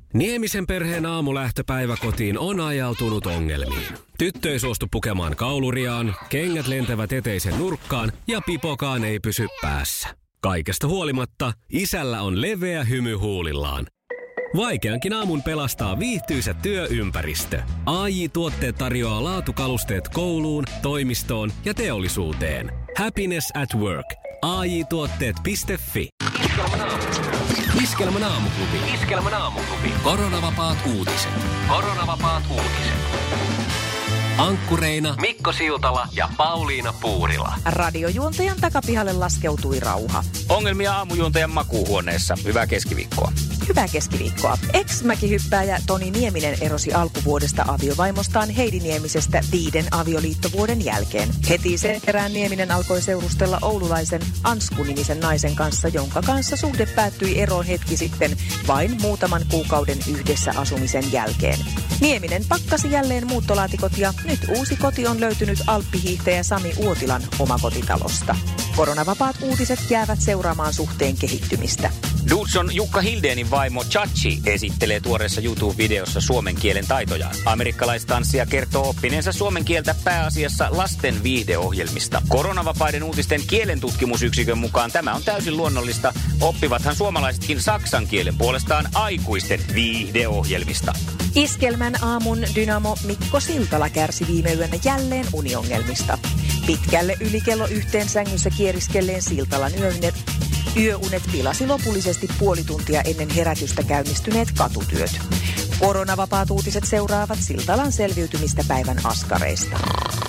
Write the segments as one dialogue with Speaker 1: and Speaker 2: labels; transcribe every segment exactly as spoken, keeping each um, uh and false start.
Speaker 1: Niemisen perheen aamulähtöpäivä kotiin on ajautunut ongelmiin. Tyttö ei suostu pukemaan kauluriaan, kengät lentävät eteisen nurkkaan ja pipokaan ei pysy päässä. Kaikesta huolimatta, isällä on leveä hymy huulillaan. Vaikeankin aamun pelastaa viihtyisä työympäristö. A J-tuotteet tarjoaa laatukalusteet kouluun, toimistoon ja teollisuuteen. Happiness at work. A J tuotteet piste fi. Iskelmän aamuklubi. Iskelmän aamuklubi. Koronavapaat uutiset. Koronavapaat uutiset. Ankkureina Mikko Siltala ja Pauliina Puurila.
Speaker 2: Radiojuontajan takapihalle laskeutui rauha.
Speaker 3: Ongelmia aamujuontajan makuuhuoneessa. Hyvää keskiviikkoa.
Speaker 2: Hyvää keskiviikkoa. Ex-mäkihyppääjä Toni Nieminen erosi alkuvuodesta aviovaimostaan Heidi Niemisestä viiden avioliittovuoden jälkeen. Heti sen perään Nieminen alkoi seurustella oululaisen Ansku-nimisen naisen kanssa, jonka kanssa suhde päättyi eroon hetki sitten vain muutaman kuukauden yhdessä asumisen jälkeen. Nieminen pakkasi jälleen muuttolaatikot ja nyt uusi koti on löytynyt alppihiihtäjä Sami Uotilan omakotitalosta. Koronavapaat uutiset jäävät seuraamaan suhteen kehittymistä.
Speaker 3: Dudson Jukka Hildénin vaimo Chachi esittelee tuoreessa YouTube-videossa suomen kielen taitojaan. Amerikkalaistanssija kertoo oppineensa suomen kieltä pääasiassa lasten viihdeohjelmista. Koronavapaiden uutisten kielentutkimusyksikön mukaan tämä on täysin luonnollista. Oppivathan suomalaisetkin saksan kielen puolestaan aikuisten viihdeohjelmista.
Speaker 2: Iskelmän aamun dynamo Mikko Siltala kärsi viime yönä jälleen uniongelmista. Pitkälle yli kello yhteen sängyssä kieriskelleen Siltalan yöunet, yöunet pilasi lopullisesti puoli tuntia ennen herätystä käynnistyneet katutyöt. Koronavapaat uutiset seuraavat Siltalan selviytymistä päivän askareista.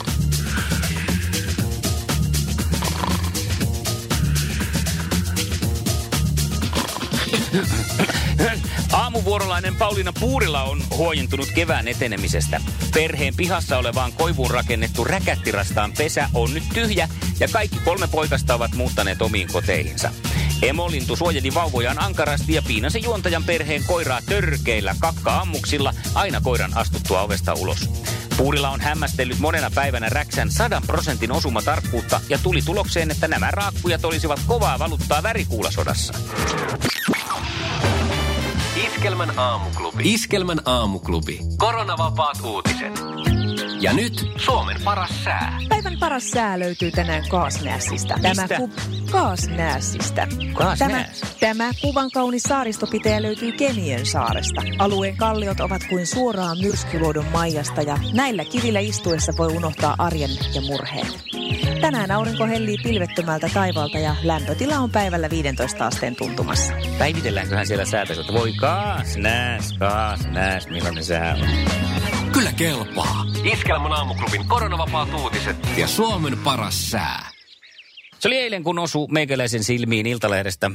Speaker 3: Aamuvuorolainen Pauliina Puurila on huojentunut kevään etenemisestä. Perheen pihassa olevaan koivuun rakennettu räkättirastaan pesä on nyt tyhjä ja kaikki kolme poikasta ovat muuttaneet omiin koteihinsa. Emolintu suojeli vauvojaan ankarasti ja piinasi juontajan perheen koiraa törkeillä kakka-ammuksilla aina koiran astuttua ovesta ulos. Puurila on hämmästellyt monena päivänä räksän sadan prosentin osumatarkkuutta ja tuli tulokseen, että nämä raakkujat olisivat kovaa valuttaa värikuulasodassa.
Speaker 1: Iskelmän aamuklubi. Iskelmän aamuklubi. Koronavapaat uutiset. Ja nyt Suomen paras sää.
Speaker 2: Päivän paras sää löytyy tänään Kaasnäsistä. Tämä ku... Kaasnäsistä. Tämä, tämä kuvan kaunis saaristopitäjä löytyy Kemiön saaresta. Alueen kalliot ovat kuin suoraan myrskyluodon maijasta ja näillä kivillä istuessa voi unohtaa arjen ja murheet. Tänään aurinko hellii pilvettömältä taivaalta ja lämpötila on päivällä viidentoista asteen tuntumassa.
Speaker 3: Päivitelläänköhän siellä säätä, että voi Kaasnäs, Kaasnäs, millainen sää on?
Speaker 1: Kyllä kelpaa. Iskelmän aamuklubin koronavapaat uutiset ja Suomen paras sää.
Speaker 3: Se oli eilen, kun osui meikäläisen silmiin Iltalehdestä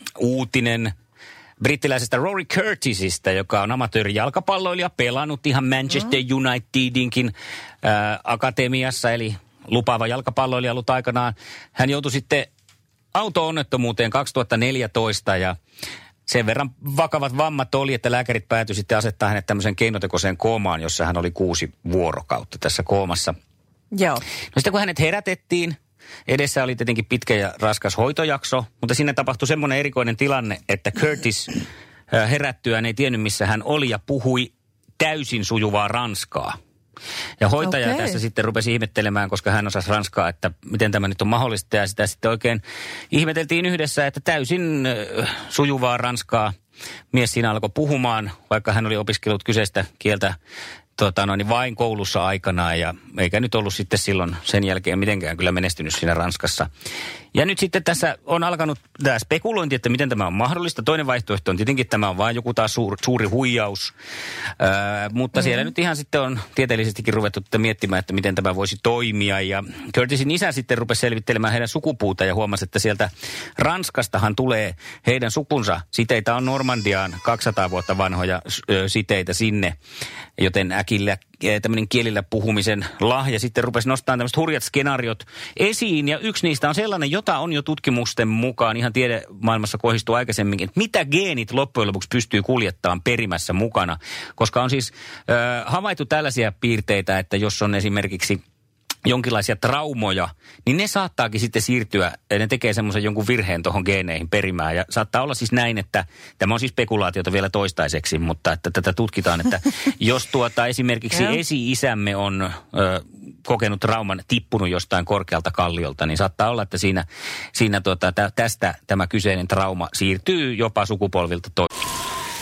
Speaker 3: uutinen brittiläisestä Rory Curtisista, joka on amatöörijalkapalloilija, pelannut ihan Manchester Unitedinkin ää, akatemiassa, eli lupaava jalkapalloilija ollut aikanaan. Hän joutui sitten auto-onnettomuuteen kaksituhattaneljätoista ja sen verran vakavat vammat oli, että lääkärit päätyi sitten asettaa hänet tämmöiseen keinotekoiseen koomaan, jossa hän oli kuusi vuorokautta tässä koomassa.
Speaker 2: Joo.
Speaker 3: No sitten kun hänet herätettiin, edessä oli tietenkin pitkä ja raskas hoitojakso, mutta siinä tapahtui semmoinen erikoinen tilanne, että Curtis herättyään ei tiennyt, missä hän oli ja puhui täysin sujuvaa ranskaa. Ja hoitaja okay. tässä sitten rupesi ihmettelemään, koska hän osasi ranskaa, että miten tämä nyt on mahdollista. Ja sitä sitten oikein ihmeteltiin yhdessä, että täysin sujuvaa ranskaa mies siinä alkoi puhumaan, vaikka hän oli opiskellut kyseistä kieltä tota noin, vain koulussa aikanaan. Ja eikä nyt ollut sitten silloin sen jälkeen mitenkään kyllä menestynyt siinä Ranskassa. Ja nyt sitten tässä on alkanut tämä spekulointi, että miten tämä on mahdollista. Toinen vaihtoehto on tietenkin, että tämä on vain joku taas suur, suuri huijaus. Öö, mutta mm-hmm. siellä nyt ihan sitten on tieteellisestikin ruvettu miettimään, että miten tämä voisi toimia. Ja Curtisin isä sitten rupesi selvittelemään heidän sukupuuta ja huomasi, että sieltä Ranskastahan tulee heidän sukunsa. Siteitä on Normandiaan kaksisataa vuotta vanhoja ö, siteitä sinne, joten äkillä tämmöinen kielillä puhumisen lahja sitten rupesi nostamaan tämmöiset hurjat skenaariot esiin. Ja yksi niistä on sellainen, jota on jo tutkimusten mukaan ihan tiedemaailmassa kohdistuu aikaisemminkin, että mitä geenit loppujen lopuksi pystyy kuljettamaan perimässä mukana. Koska on siis äh, havaittu tällaisia piirteitä, että jos on esimerkiksi jonkinlaisia traumoja, niin ne saattaakin sitten siirtyä, ne tekee semmoisen jonkun virheen tuohon geeneihin perimään. Ja saattaa olla siis näin, että tämä on siis spekulaatiota vielä toistaiseksi, mutta että tätä tutkitaan, että jos tuota esimerkiksi esi-isämme on ö, kokenut trauman, tippunut jostain korkealta kalliolta, niin saattaa olla, että siinä, siinä tuota, tä, tästä tämä kyseinen trauma siirtyy jopa sukupolvilta toiseen.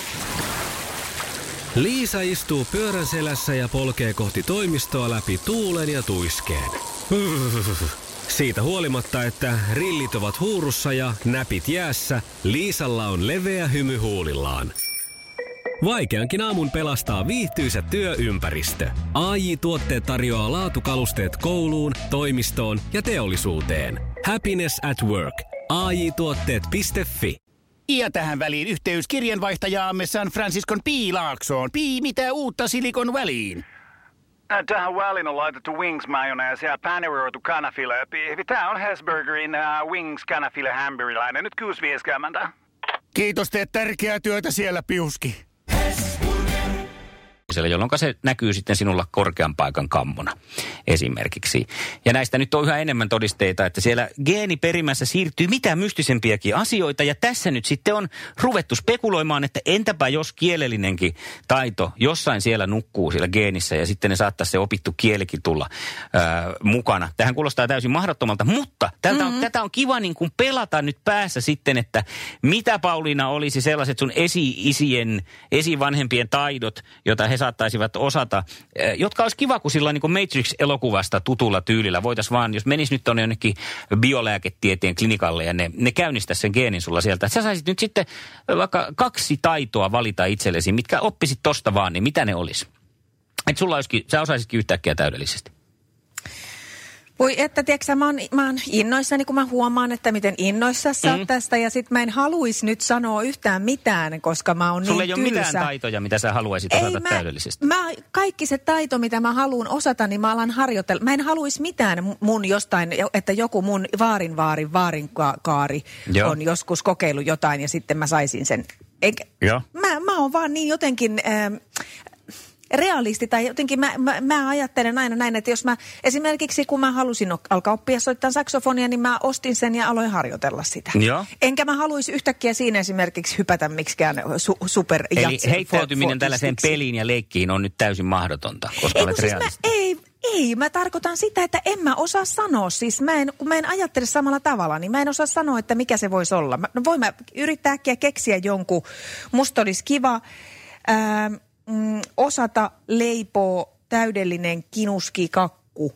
Speaker 1: Liisa istuu pyörän selässä ja polkee kohti toimistoa läpi tuulen ja tuiskeen. Siitä huolimatta, että rillit ovat huurussa ja näpit jäässä, Liisalla on leveä hymy huulillaan. Vaikeankin aamun pelastaa viihtyisä työympäristö. A J-tuotteet tarjoaa laatukalusteet kouluun, toimistoon ja teollisuuteen. Happiness at work. A J tuotteet piste fi.
Speaker 4: Ja tähän väliin yhteys kirjanvaihtajaamme San Franciscon Piilaaksoon. Pii, mitä uutta Silikon väliin?
Speaker 5: Tähän väliin on laitettu wings mayonnaise ja paneroitu kanafila. Tämä on Hesburgerin uh, wings kanafila hamburilainen. Nyt kuusi vieskäämäntä.
Speaker 4: Kiitos, teet tärkeää työtä siellä, Piuski.
Speaker 3: Jolloin se näkyy sitten sinulla korkean paikan kammona esimerkiksi. Ja näistä nyt on yhä enemmän todisteita, että siellä geeniperimässä siirtyy mitä mystisempiäkin asioita. Ja tässä nyt sitten on ruvettu spekuloimaan, että entäpä jos kielellinenkin taito jossain siellä nukkuu siellä geenissä ja sitten ne saattaisi se opittu kielikin tulla ää, mukana. Tähän kuulostaa täysin mahdottomalta, mutta tältä on, mm-hmm. tätä on kiva niin kuin pelata nyt päässä sitten, että mitä Pauliina olisi sellaiset sun esi-isien, esivanhempien taidot, joita he saattaisivat osata, jotka olisi kiva, kun sillä niin kuin Matrix-elokuvasta tutulla tyylillä voitaisiin vaan, jos menisi nyt tuonne jonnekin biolääketieteen klinikalle ja ne, ne käynnistäisi sen geenin sulla sieltä, että sä saisit nyt sitten vaikka kaksi taitoa valita itsellesi, mitkä oppisit tosta vaan, niin mitä ne olisi? Että sulla olisikin, sä osaisitkin yhtäkkiä täydellisesti.
Speaker 2: Voi että, tiedätkö mä oon, mä oon innoissani, kun mä huomaan, että miten innoissa sä oot mm. tästä. Ja sit mä en haluisi nyt sanoa yhtään mitään, koska mä oon
Speaker 3: Sulla
Speaker 2: niin
Speaker 3: ei
Speaker 2: tylsä.
Speaker 3: ole mitään taitoja, mitä sä haluaisit
Speaker 2: ei,
Speaker 3: osata
Speaker 2: mä,
Speaker 3: täydellisesti.
Speaker 2: Mä, kaikki se taito, mitä mä haluan osata, niin mä alan harjoitella. Mä en haluaisi mitään mun jostain, että joku mun vaarin vaarin vaarin kaari Joo. on joskus kokeillut jotain ja sitten mä saisin sen. Eikä, mä, mä oon vaan niin jotenkin... Ähm, realisti tai jotenkin mä, mä, mä ajattelen aina näin, että jos mä esimerkiksi kun mä halusin alkaa oppia soittaa saksofonia, niin mä ostin sen ja aloin harjoitella sitä.
Speaker 3: Joo.
Speaker 2: Enkä mä haluaisi yhtäkkiä siinä esimerkiksi hypätä miksikään su, super
Speaker 3: Eli heittäytyminen for, tällaiseen peliin ja leikkiin on nyt täysin mahdotonta, koska ei, olet siis realisti.
Speaker 2: Mä, ei, ei, mä tarkoitan sitä, että en mä osaa sanoa. Siis mä en, kun mä en ajattele samalla tavalla, niin mä en osaa sanoa, että mikä se voisi olla. Mä, no voin mä yrittää äkkiä keksiä jonkun. Musta olisi kiva... Ää, Mm, osata leipoa täydellinen kinuskikakku.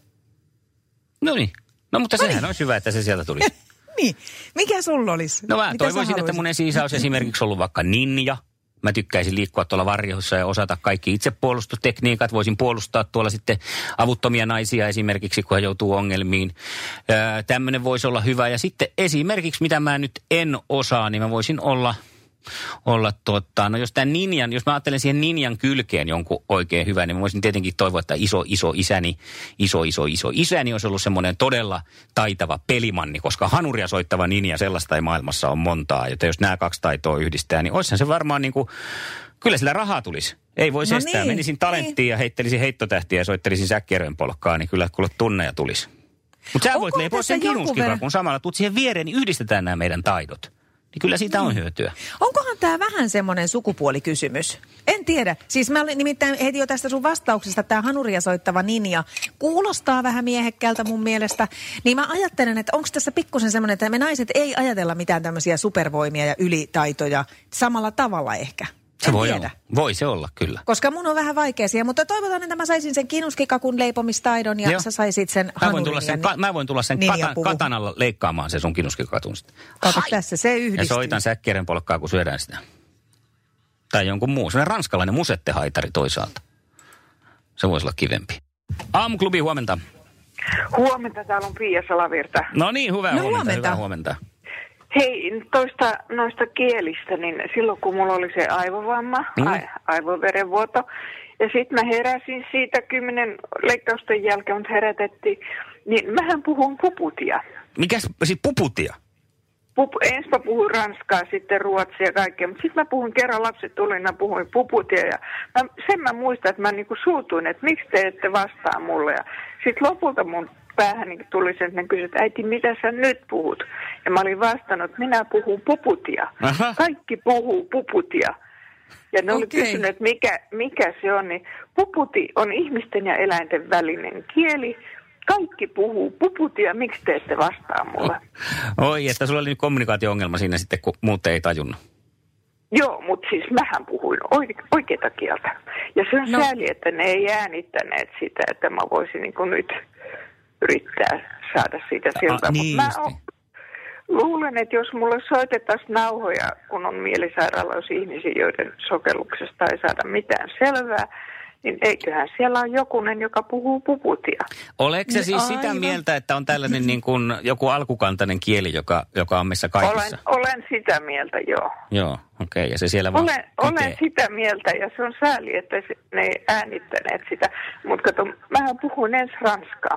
Speaker 3: No niin. No mutta sehän Noniin. olisi hyvä, että se sieltä tulisi.
Speaker 2: Niin. Mikä sulla olisi?
Speaker 3: No mä Mitä toivoisin, että mun esi-isä olisi esimerkiksi ollut vaikka ninja. Mä tykkäisin liikkua tuolla varjossa ja osata kaikki itsepuolustustekniikat. Voisin puolustaa tuolla sitten avuttomia naisia esimerkiksi, kun he joutuu ongelmiin. Öö, tämmöinen voisi olla hyvä. Ja sitten esimerkiksi, mitä mä nyt en osaa, niin mä voisin olla... olla tota, no jos tämän ninjan, jos mä ajattelen siihen ninjan kylkeen jonkun oikein hyvä, niin mä voisin tietenkin toivoa, että iso, iso isäni, iso, iso, iso isäni olisi ollut semmoinen todella taitava pelimanni, koska hanuria soittava ninja, sellaista ei maailmassa ole montaa, joten jos nämä kaksi taitoa yhdistää, niin olisihan se varmaan niin kuin, kyllä sillä rahaa tulisi. Ei voisi no estää. Niin, Menisin talenttiin niin. ja heittelisin heittotähtiä ja soittelisin säkkijärven polkkaa, niin kyllä kuule tunneja tulisi. Mutta sä voit leipoa sen kinuskikakun samalla, tuut siihen viereen, niin yhdistetään nämä meidän taidot. Niin kyllä siitä on hyötyä.
Speaker 2: Onkohan tämä vähän semmoinen sukupuolikysymys? En tiedä. Siis mä olin nimittäin heti jo tästä sun vastauksesta, tämä hanuria soittava ninja kuulostaa vähän miehekkäältä mun mielestä. Niin mä ajattelen, että onko tässä pikkusen semmoinen, että me naiset ei ajatella mitään tämmöisiä supervoimia ja ylitaitoja samalla tavalla ehkä.
Speaker 3: Se voi olla. Voi se olla, kyllä.
Speaker 2: Koska mun on vähän vaikea siihen, mutta toivotaan, että mä saisin sen kinuskikakun leipomistaidon ja Joo. sä saisit sen
Speaker 3: mä voin tulla sen, ka- mä voin tulla sen kata- katanalla leikkaamaan se sun kinuskikatun.
Speaker 2: Kato, tässä se yhdistyy.
Speaker 3: Ja soitan säkkieren polkkaa, kun syödään sitä. Tai jonkun muu. Sellainen ranskalainen musettehaitari toisaalta. Se voisi olla kivempi. Aamuklubi, huomenta.
Speaker 6: Huomenta, täällä on Pia Salavirta.
Speaker 3: No niin, hyvää
Speaker 2: no,
Speaker 3: huomenta,
Speaker 2: huomenta.
Speaker 3: hyvää huomenta.
Speaker 6: Hei, toista noista kielistä, niin silloin kun mulla oli se aivovamma, mm. a, aivoverenvuoto, ja sitten mä heräsin siitä kymmenen leikkausten jälkeen, mutta herätettiin, niin mähän puhun puputia.
Speaker 3: Mikäs, siis puputia?
Speaker 6: Pup, ensin mä puhun ranskaa, sitten ruotsia ja kaikkea, mutta sitten mä puhun, kerran lapset tuli, mä puhuin puputia, ja mä, sen mä muistan, että mä niinku suutuin, että miksi te ette vastaa mulle, ja sitten lopulta mun päähän niin tuli se, että ne kysyivät, että äiti, mitä sä nyt puhut? Ja mä olin vastannut, että minä puhun puputia. Aha. Kaikki puhuu puputia. Ja ne oli
Speaker 2: Okei.
Speaker 6: kysynyt, että mikä, mikä se on, niin puputi on ihmisten ja eläinten välinen kieli. Kaikki puhuu puputia, miksi te ette vastaa mulle?
Speaker 3: Oi, että sulla oli nyt kommunikaatio-ongelma siinä sitten, kun muut ei tajunnut.
Speaker 6: Joo, mutta siis mähän puhuin oike- oikeata kieltä. Ja se on
Speaker 2: No.
Speaker 6: no. sääli, että ne ei äänittäneet sitä, että mä voisin niin kuin nyt yrittää saada siitä siltä.
Speaker 3: Ah, niin
Speaker 6: mä
Speaker 3: justi.
Speaker 6: o- luulen, että jos mulle soitettaisiin nauhoja, kun on mielisairaalaus ihmisiä, joiden sokelluksesta ei saada mitään selvää, niin eiköhän siellä on jokunen, joka puhuu puputia.
Speaker 3: Oleeko se siis sitä
Speaker 2: Aivan.
Speaker 3: mieltä, että on tällainen niin kuin joku alkukantainen kieli, joka, joka on meissä kaikissa?
Speaker 6: Olen, olen sitä mieltä, joo.
Speaker 3: Joo, okei, okay, ja se siellä vaan
Speaker 6: Olen, olen sitä mieltä, ja se on sääli, että se, ne ei äänittäneet sitä. Mutta kato, mähän puhun ensin ranskaa.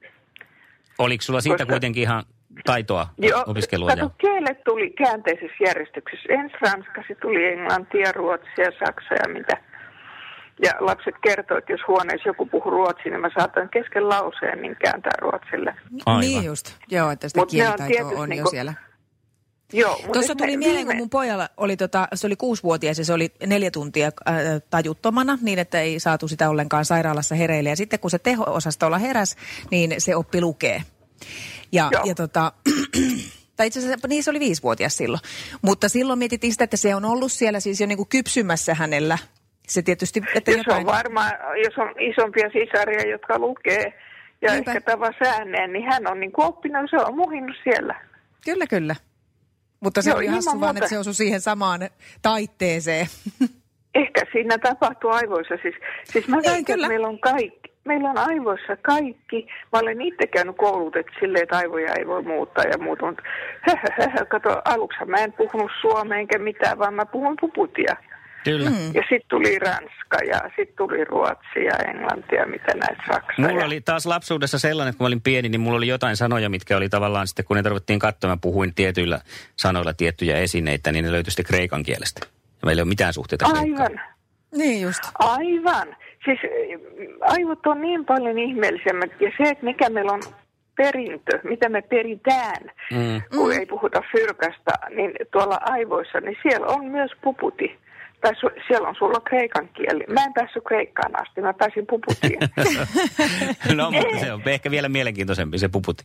Speaker 3: Oliko sulla siitä
Speaker 6: koska-
Speaker 3: kuitenkin ihan taitoa
Speaker 6: Joo,
Speaker 3: opiskelua?
Speaker 6: kato,
Speaker 3: Ja...
Speaker 6: kielet tuli käänteisessä järjestyksessä. Ensin ranska, sitten tuli englantia, ruotsia, saksa ja mitä. Ja lapset kertoivat, että jos huoneessa joku puhuu ruotsia, niin mä saatan kesken lauseen niin kääntää ruotsille.
Speaker 3: Aivan.
Speaker 2: Niin just, joo, että sitä
Speaker 6: Mut ne on
Speaker 2: kielitaitoa
Speaker 6: tietysti
Speaker 2: on jo
Speaker 6: niinku-
Speaker 2: siellä.
Speaker 6: Joo, mutta
Speaker 2: Tuossa
Speaker 6: nyt
Speaker 2: tuli
Speaker 6: me
Speaker 2: mieleen, kun
Speaker 6: viime-
Speaker 2: mun pojalla oli, tota, se oli kuusivuotias ja se oli neljä tuntia äh, tajuttomana niin, että ei saatu sitä ollenkaan sairaalassa hereille. Ja sitten kun se teho-osastolla heräsi, niin se oppi lukee. Ja,
Speaker 6: Joo.
Speaker 2: ja tota, tai itse asiassa, niin se oli viisivuotias silloin. Mutta silloin mietittiin sitä, että se on ollut siellä siis jo niin kuin kypsymässä hänellä. Se tietysti, että
Speaker 6: Jos
Speaker 2: jotain...
Speaker 6: on varmaan, jos on isompia sisaria, jotka lukee ja
Speaker 2: Niinpä.
Speaker 6: ehkä tavas ääneen, niin hän on niin kuin oppinut, se on muhinnut siellä.
Speaker 2: Kyllä, kyllä. Mutta se
Speaker 6: Joo,
Speaker 2: oli
Speaker 6: ilman
Speaker 2: hassu vaan,
Speaker 6: muuta.
Speaker 2: että se osui siihen samaan taitteeseen.
Speaker 6: Ehkä siinä tapahtuu aivoissa. Siis, siis mä väitän,
Speaker 2: kyllä.
Speaker 6: että meillä on kaikki. Meillä on aivoissa kaikki. Mä olen itse käynyt koulutettu silleen, että aivoja ei voi muuttaa ja muuta. Mutta kato, aluksi mä en puhunut suomea enkä mitään, vaan mä puhun puputia.
Speaker 3: Kyllä. Mm.
Speaker 6: Ja sitten tuli ranska ja sitten tuli ruotsi ja englanti ja mitä näitä saksaa.
Speaker 3: Mulla
Speaker 6: ja...
Speaker 3: oli taas lapsuudessa sellainen, että kun mä olin pieni, niin mulla oli jotain sanoja, mitkä oli tavallaan sitten, kun ne ruvettiin katsomaan, mä puhuin tietyillä sanoilla tiettyjä esineitä, niin ne löytyi sitten kreikan kielestä. Ja meillä ei ole mitään suhteita kreikkaan.
Speaker 6: Aivan.
Speaker 2: Niin just.
Speaker 6: Aivan. Siis aivot on niin paljon ihmeellisemmät. Ja se, että mikä meillä on perintö, mitä me peritään,
Speaker 3: Mm.
Speaker 6: kun ei puhuta fyrkasta, niin tuolla aivoissa, niin siellä on myös puputi. Tai su- siellä on sulla kreikan kieli. Mä en päässyt kreikkaan asti, mä pääsin puputiin.
Speaker 3: No, mutta se on ehkä vielä mielenkiintoisempi se puputi.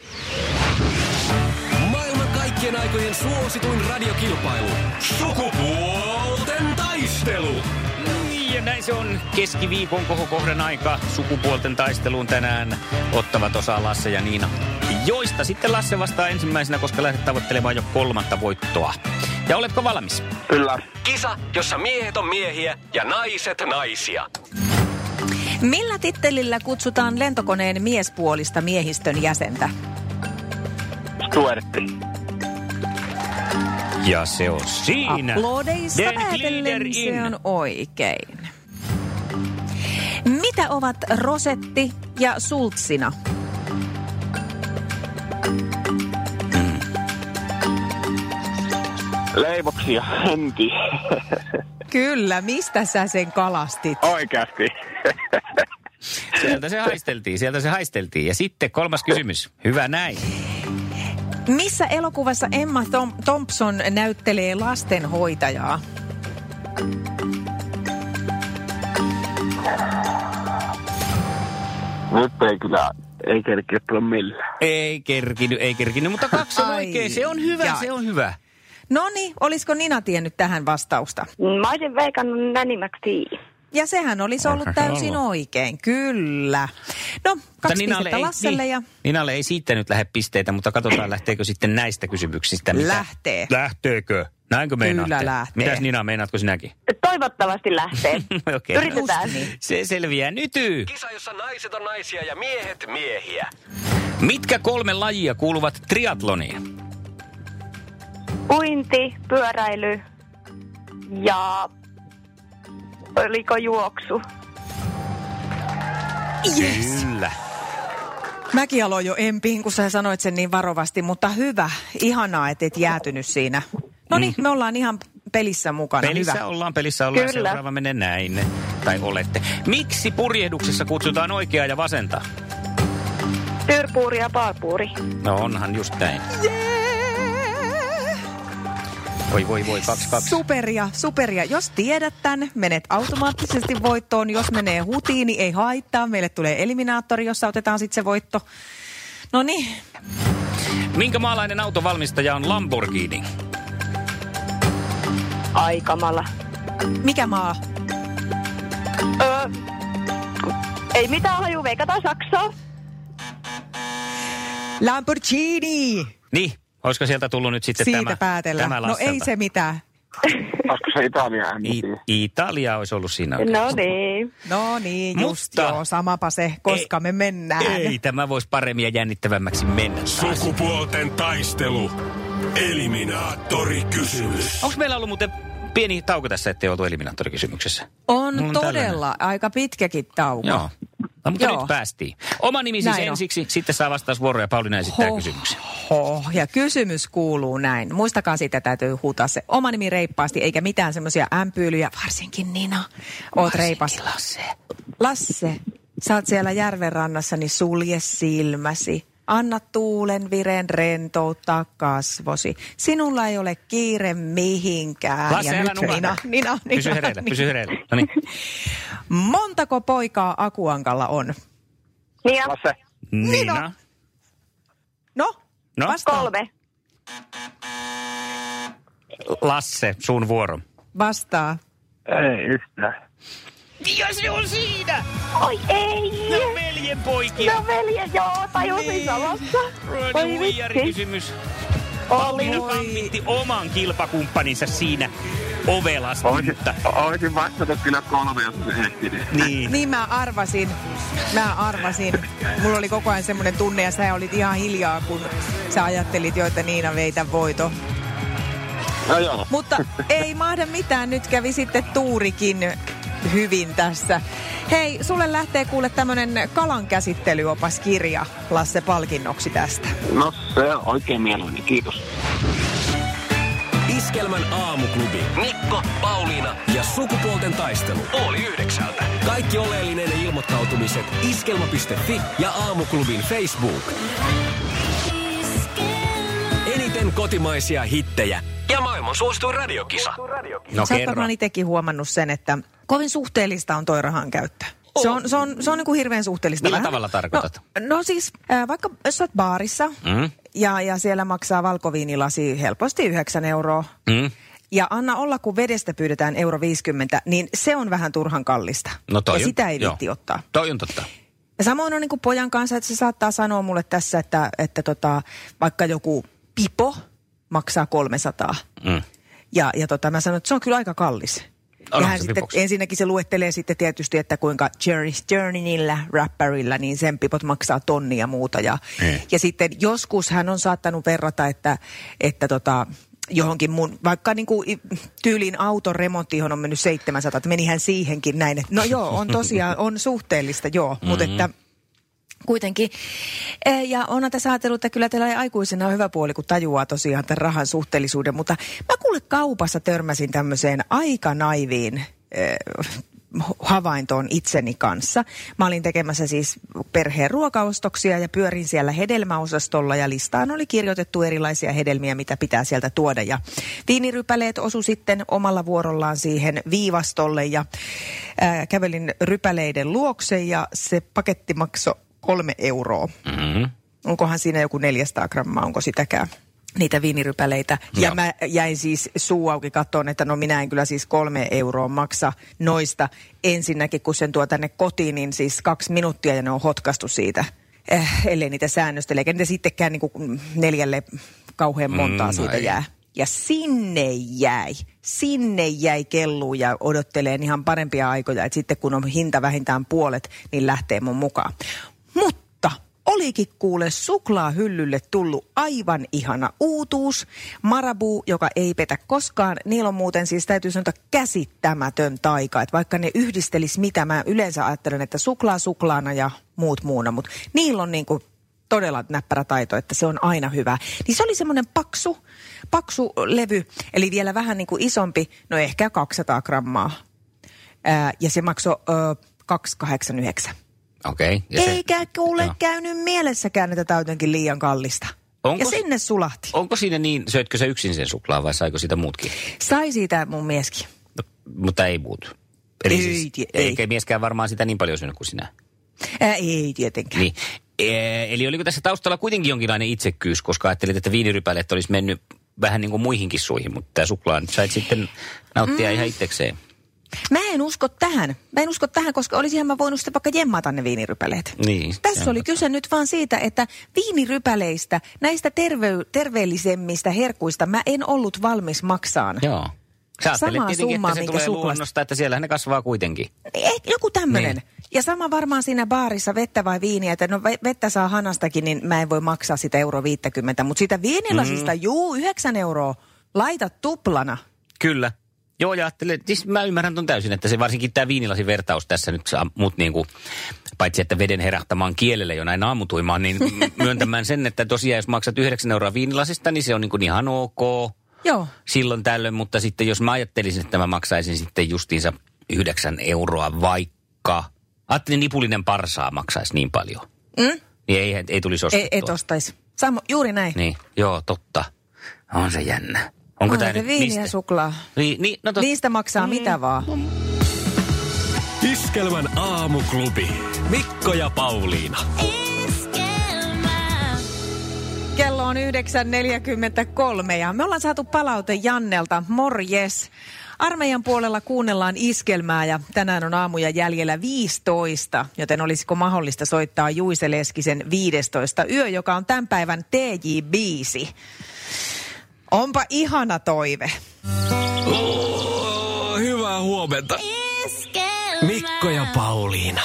Speaker 1: Maailman kaikkien aikojen suosituin radiokilpailu. Sukupuolten taistelu.
Speaker 3: Ja näin se on keskiviikon kohokohdan aika. Sukupuolten taisteluun tänään ottavat osaa Lasse ja Niina. Joista sitten Lasse vastaa ensimmäisenä, koska lähdet tavoittelemaan jo kolmatta voittoa. Ja oletko valmis?
Speaker 4: Kyllä.
Speaker 1: Kisa, jossa miehet on miehiä ja naiset naisia.
Speaker 2: Millä tittelillä kutsutaan lentokoneen miespuolista miehistön jäsentä?
Speaker 4: Stuartti.
Speaker 3: Ja se on siinä.
Speaker 2: Aplodeista
Speaker 3: Den
Speaker 2: päätellen
Speaker 3: glider
Speaker 2: se
Speaker 3: in.
Speaker 2: on oikein. Mitä ovat rosetti ja sultsina?
Speaker 4: Leivoksia, henti.
Speaker 2: Kyllä, mistä sä sen kalastit?
Speaker 4: Oikeasti.
Speaker 3: Sieltä se haisteltiin, sieltä se haisteltiin. Ja sitten kolmas kysymys. Hyvä näin.
Speaker 2: Missä elokuvassa Emma Thom- Thompson näyttelee lastenhoitajaa?
Speaker 4: Nyt ei kyllä, ei kerkiä tulla millään.
Speaker 3: Ei kerkinyt, ei kerkinyt, mutta kaksi on
Speaker 2: Ai,
Speaker 3: oikein. Se on hyvä,
Speaker 2: jai.
Speaker 3: se on hyvä.
Speaker 2: No niin, olisiko Nina tiennyt tähän vastausta?
Speaker 7: Mä olisin veikannut Nanny McTee.
Speaker 2: Ja sehän olisi ollut täysin oikein, kyllä. No, kaksi pistettä Lasselle
Speaker 3: ei,
Speaker 2: ja
Speaker 3: niin, Ninalle ei siitä nyt lähde pisteitä, mutta katsotaan lähteekö sitten näistä kysymyksistä. Mitä?
Speaker 2: lähtee.
Speaker 3: Lähteekö? Näinkö meinaatte?
Speaker 2: Kyllä lähtee.
Speaker 3: Mitäs Nina, meinaatko sinäkin?
Speaker 7: Toivottavasti lähtee.
Speaker 3: Okei.
Speaker 7: Yritetään.
Speaker 3: Se selviää nyty.
Speaker 1: Kisa, jossa naiset on naisia ja miehet miehiä.
Speaker 3: Mitkä kolme lajia kuuluvat triatloniin?
Speaker 7: Uinti, pyöräily ja oliko juoksu?
Speaker 2: Yes.
Speaker 3: Kyllä.
Speaker 2: Mäkin aloin jo empiin, kun sä sanoit sen niin varovasti, mutta hyvä. Ihanaa, et et jäätynyt siinä. No niin, me ollaan ihan pelissä mukana.
Speaker 3: Pelissä
Speaker 2: hyvä.
Speaker 3: ollaan, pelissä ollaan.
Speaker 7: Kyllä.
Speaker 3: Seuraava menee näin. Tai olette. Miksi purjehduksessa kutsutaan oikeaa ja vasenta?
Speaker 7: Tyrpuuri ja paalpuuri.
Speaker 3: No onhan just näin. Voi, voi, voi, kaksi, kaksi.
Speaker 2: Superia, superia. Jos tiedät tän, menet automaattisesti voittoon. Jos menee hutiin, niin ei haittaa. Meille tulee eliminaattori, jossa otetaan sitten se voitto. No niin.
Speaker 3: Minkä maalainen autovalmistaja on Lamborghini?
Speaker 7: Aikamala.
Speaker 2: Mikä maa?
Speaker 7: Öö, ei mitään haju, veikataan Saksaa.
Speaker 2: Lamborghini!
Speaker 3: Niin, olisiko sieltä tullut nyt sitten
Speaker 2: Siitä
Speaker 3: tämä,
Speaker 2: päätellään.
Speaker 3: tämä
Speaker 2: No
Speaker 3: Lasselta?
Speaker 2: ei se mitään.
Speaker 8: Olisiko se Italia ääni?
Speaker 3: I- Italia olisi ollut siinä.
Speaker 7: No niin.
Speaker 2: No niin, just
Speaker 3: Mutta-
Speaker 2: joo, samapa se, koska
Speaker 3: Ei-
Speaker 2: me mennään.
Speaker 3: Ei, tämä voisi paremmin ja jännittävämmäksi mennä taas.
Speaker 1: Sukupuolten taistelu. Eliminaattorikysymys.
Speaker 3: Onko meillä ollut muuten pieni tauko tässä, ettei oltu eliminaattorikysymyksessä?
Speaker 2: On,
Speaker 3: Mulla on
Speaker 2: todella
Speaker 3: tällainen.
Speaker 2: aika pitkäkin tauko.
Speaker 3: Joo. No, mutta
Speaker 2: Joo.
Speaker 3: nyt päästiin. Oma nimi siis
Speaker 2: Näin on.
Speaker 3: ensiksi, sitten saa vastausvuoro ja Pauliina esittää kysymyksen.
Speaker 2: Ho, ja kysymys kuuluu näin. Muistakaa, siitä täytyy huutaa se oma nimi reippaasti, eikä mitään semmoisia ämpyylyjä. Varsinkin Nina, oot reipas.
Speaker 3: Lasse.
Speaker 2: Lasse, sä oot siellä järven rannassa, niin sulje silmäsi. Anna tuulen viren rentouttaa kasvosi. Sinulla ei ole kiire mihinkään.
Speaker 3: Lasse,
Speaker 2: ja
Speaker 3: älä
Speaker 2: nyt
Speaker 3: nukahda.
Speaker 2: Nina, Nina, Nina,
Speaker 3: Pysy hereillä,
Speaker 2: Nina.
Speaker 3: pysy hereillä. No niin.
Speaker 2: Montako poikaa Akuankalla on?
Speaker 7: Niin,
Speaker 8: Lasse.
Speaker 3: Nina.
Speaker 2: No,
Speaker 3: No?
Speaker 2: vastaa.
Speaker 7: kolme.
Speaker 3: Lasse, sun vuoro.
Speaker 2: Vastaa.
Speaker 8: Ei yhtään.
Speaker 3: Ja se on siinä!
Speaker 7: Oi ei.
Speaker 3: No veljen poikia.
Speaker 7: No velje, joo, tajusin samassa. Oi vitsi.
Speaker 3: Huijarikysymys. Pauliina kampitti oman kilpakumppaninsa siinä ovelasta.
Speaker 8: Olisin, olisin vastannut kyllä kolme, jos se ehtinyt.
Speaker 3: Niin.
Speaker 2: Niin mä arvasin. Mä arvasin. Mulla oli koko ajan semmoinen tunne ja sä olit ihan hiljaa, kun sä ajattelit jo, että Niina veitä voito.
Speaker 8: No joo.
Speaker 2: Mutta ei mahda mitään. Nyt kävi sitten Tuurikin hyvin tässä. Hei, sulle lähtee kuule tämmönen kalankäsittelyopaskirja, Lasse, palkinnoksi tästä.
Speaker 8: No se on oikein mieluinen, kiitos.
Speaker 1: Iskelmän aamuklubi. Mikko, Pauliina ja sukupuolten taistelu. Oli yhdeksältä. Kaikki oleellinen ilmoittautumiset iskelma piste fi ja aamuklubin Facebook. Eniten kotimaisia hittejä ja maailman suosituin radiokisa.
Speaker 3: No
Speaker 2: Sä oot
Speaker 3: kerro.
Speaker 2: varmaan itsekin huomannut sen, että kovin suhteellista on toi rahan käyttö. Se on, se on, se on niin kuin hirveän suhteellista.
Speaker 3: Millä
Speaker 2: vähän.
Speaker 3: tavalla tarkoitat?
Speaker 2: No, no siis, äh, vaikka jos sä oot baarissa
Speaker 3: Mm.
Speaker 2: ja, ja siellä maksaa valkoviinilasi helposti yhdeksän euroa.
Speaker 3: Mm.
Speaker 2: Ja anna olla, kun vedestä pyydetään euro viisikymmentä, niin se on vähän turhan kallista.
Speaker 3: No toi
Speaker 2: ja
Speaker 3: on-
Speaker 2: sitä ei
Speaker 3: joo.
Speaker 2: viitti ottaa.
Speaker 3: Toi on totta.
Speaker 2: Ja samoin on niin kuin pojan kanssa, että se saattaa sanoa mulle tässä, että, että tota, vaikka joku pipo maksaa kolmesataa.
Speaker 3: Mm.
Speaker 2: Ja, ja tota, mä sanon, että se on kyllä aika kallis.
Speaker 3: Onhan
Speaker 2: ja hän
Speaker 3: se
Speaker 2: sitten,
Speaker 3: pipoksi.
Speaker 2: ensinnäkin se luettelee sitten tietysti, että kuinka Jerry's Journeyillä, rapperilla, niin sen pipot maksaa tonni ja muuta. Ja,
Speaker 3: Ei.
Speaker 2: ja sitten joskus hän on saattanut verrata, että, että tota, johonkin mun, vaikka niin kuin tyylin auton remontti, johon on mennyt seitsemänsataa, että menihän siihenkin näin. Että no joo, on tosiaan, on suhteellista joo, mm-hmm. mutta että kuitenkin. E, ja onhan tässä ajatellut, että kyllä teillä aikuisena on hyvä puoli, kun tajuaa tosiaan tämän rahan suhteellisuuden. Mutta mä kuule kaupassa törmäsin tämmöiseen aika naiviin e, havaintoon itseni kanssa. Mä olin tekemässä siis perheen ruokaostoksia ja pyörin siellä hedelmäosastolla ja listaan oli kirjoitettu erilaisia hedelmiä, mitä pitää sieltä tuoda. Ja viinirypäleet osu sitten omalla vuorollaan siihen viivastolle ja ää, kävelin rypäleiden luokse ja se paketti maksoi kolme euroa.
Speaker 3: Mm-hmm.
Speaker 2: Onkohan siinä joku neljäsataa grammaa, onko sitäkään? Niitä viinirypäleitä. Ja
Speaker 3: Joo.
Speaker 2: mä jäin siis suu auki kattoon, että no minä en kyllä siis kolme euroa maksa noista. Ensinnäkin, kun sen tuo tänne kotiin, niin siis kaksi minuuttia ja ne on hotkastu siitä. Eh, ellei niitä säännöstele. Eikä niitä sittenkään niin kuin neljälle kauhean montaa
Speaker 3: Mm,
Speaker 2: siitä
Speaker 3: ei.
Speaker 2: jää. Ja sinne jäi, sinne jäi kelluu ja odottelee ihan parempia aikoja. Että sitten kun on hinta vähintään puolet, niin lähtee mun mukaan. Mutta olikin kuule suklaahyllylle tullut aivan ihana uutuus. Marabou, joka ei petä koskaan. Niillä on muuten siis täytyy sanoa käsittämätön taika. Että vaikka ne yhdistelis mitä, mä yleensä ajattelen, että suklaa suklaana ja muut muuna. Mutta niillä on niinku todella näppärä taito, että se on aina hyvä. Niin se oli semmoinen paksu, paksu levy, eli vielä vähän niin kuin isompi, no ehkä kaksisataa grammaa. Ää, ja se maksoi ö, kaksi kahdeksankymmentäyhdeksän.
Speaker 3: Okei. Okay.
Speaker 2: Eikä kuule no. käynyt mielessäkään, että tämä on jotenkin liian kallista. Onko, ja sinne sulahti.
Speaker 3: Onko siinä niin, söitkö sä yksin sen suklaa vai saiko sitä muutkin?
Speaker 2: Sai siitä mun mieskin.
Speaker 3: No, mutta ei muut. Eli
Speaker 2: ei,
Speaker 3: siis,
Speaker 2: ei.
Speaker 3: Eikä mieskään varmaan sitä niin paljon syönyt kuin sinä.
Speaker 2: Ää, ei tietenkään.
Speaker 3: Niin. E- eli oliko tässä taustalla kuitenkin jonkinlainen itsekkyys, koska ajattelit, että viinirypäleet olisi mennyt vähän niin kuin muihinkin suihin, mutta tämä suklaa nyt sait sitten nauttia mm. ihan itsekseen.
Speaker 2: Mä en usko tähän. Mä en usko tähän, koska olisihan mä voinut sitten vaikka jemmata ne viinirypäleet.
Speaker 3: Niin.
Speaker 2: Tässä oli kyse nyt vaan siitä, että viinirypäleistä, näistä terve- terveellisemmistä herkuista mä en ollut valmis maksaan.
Speaker 3: Joo. Sä ajattelet tietenkin,
Speaker 2: summaa,
Speaker 3: että se tulee suklasta. Luonnosta, että siellähän ne kasvaa kuitenkin.
Speaker 2: Eh, joku tämmöinen.
Speaker 3: Niin.
Speaker 2: Ja sama varmaan siinä baarissa vettä vai viiniä, että no vettä saa hanastakin, niin mä en voi maksaa sitä euro viittäkymmentä. Mutta siitä viinilasista, mm. juu, yhdeksän euroa, laita tuplana.
Speaker 3: Kyllä. Joo, ja ajattelen, siis mä ymmärrän ton täysin, että se varsinkin tämä viinilasin vertaus tässä nyt saa mut niinku, paitsi että veden herähtämään kielelle jo näin aamutuimaan, niin myöntämään sen, että tosiaan jos maksat yhdeksän euroa viinilasista, niin se on niinku ihan ok.
Speaker 2: Joo.
Speaker 3: Silloin tällöin, mutta sitten jos mä ajattelisin, että mä maksaisin sitten justiinsa yhdeksän euroa vaikka, ajattelin nipulinen parsaa maksaisi niin paljon,
Speaker 2: mm?
Speaker 3: niin ei, ei tulisi ostettua.
Speaker 2: Ei, et ostaisi. Samo, juuri näin.
Speaker 3: Niin, joo, totta. On se jännä. Onko
Speaker 2: no,
Speaker 3: tämä nyt
Speaker 2: viini
Speaker 3: mistä?
Speaker 2: Ja suklaa.
Speaker 3: Ni, ni, no tot...
Speaker 2: Niistä maksaa mm. mitä vaan.
Speaker 1: Iskelmän aamuklubi. Mikko ja Pauliina.
Speaker 2: Kello on yhdeksän neljäkymmentäkolme ja me ollaan saatu palaute Jannelta. Morjes. Armeijan puolella kuunnellaan Iskelmää ja tänään on aamuja jäljellä viisitoista, joten olisiko mahdollista soittaa Juise Leskisen viidestoista yö, joka on tämän päivän T J-biisi. Onpa ihana toive.
Speaker 1: Oh, hyvää huomenta. Mikko ja Pauliina.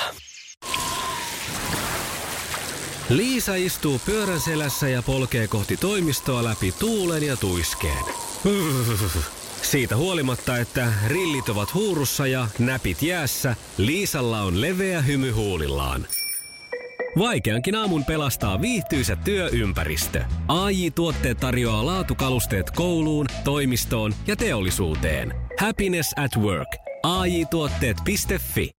Speaker 1: Liisa istuu pyörän selässä ja polkee kohti toimistoa läpi tuulen ja tuiskeen. Siitä huolimatta, että rillit ovat huurussa ja näpit jäässä, Liisalla on leveä hymy huulillaan. Vaikeankin aamun pelastaa viihtyisä työympäristö. A J-tuotteet tarjoaa laatukalusteet kouluun, toimistoon ja teollisuuteen. Happiness at work. A J tuotteet piste fi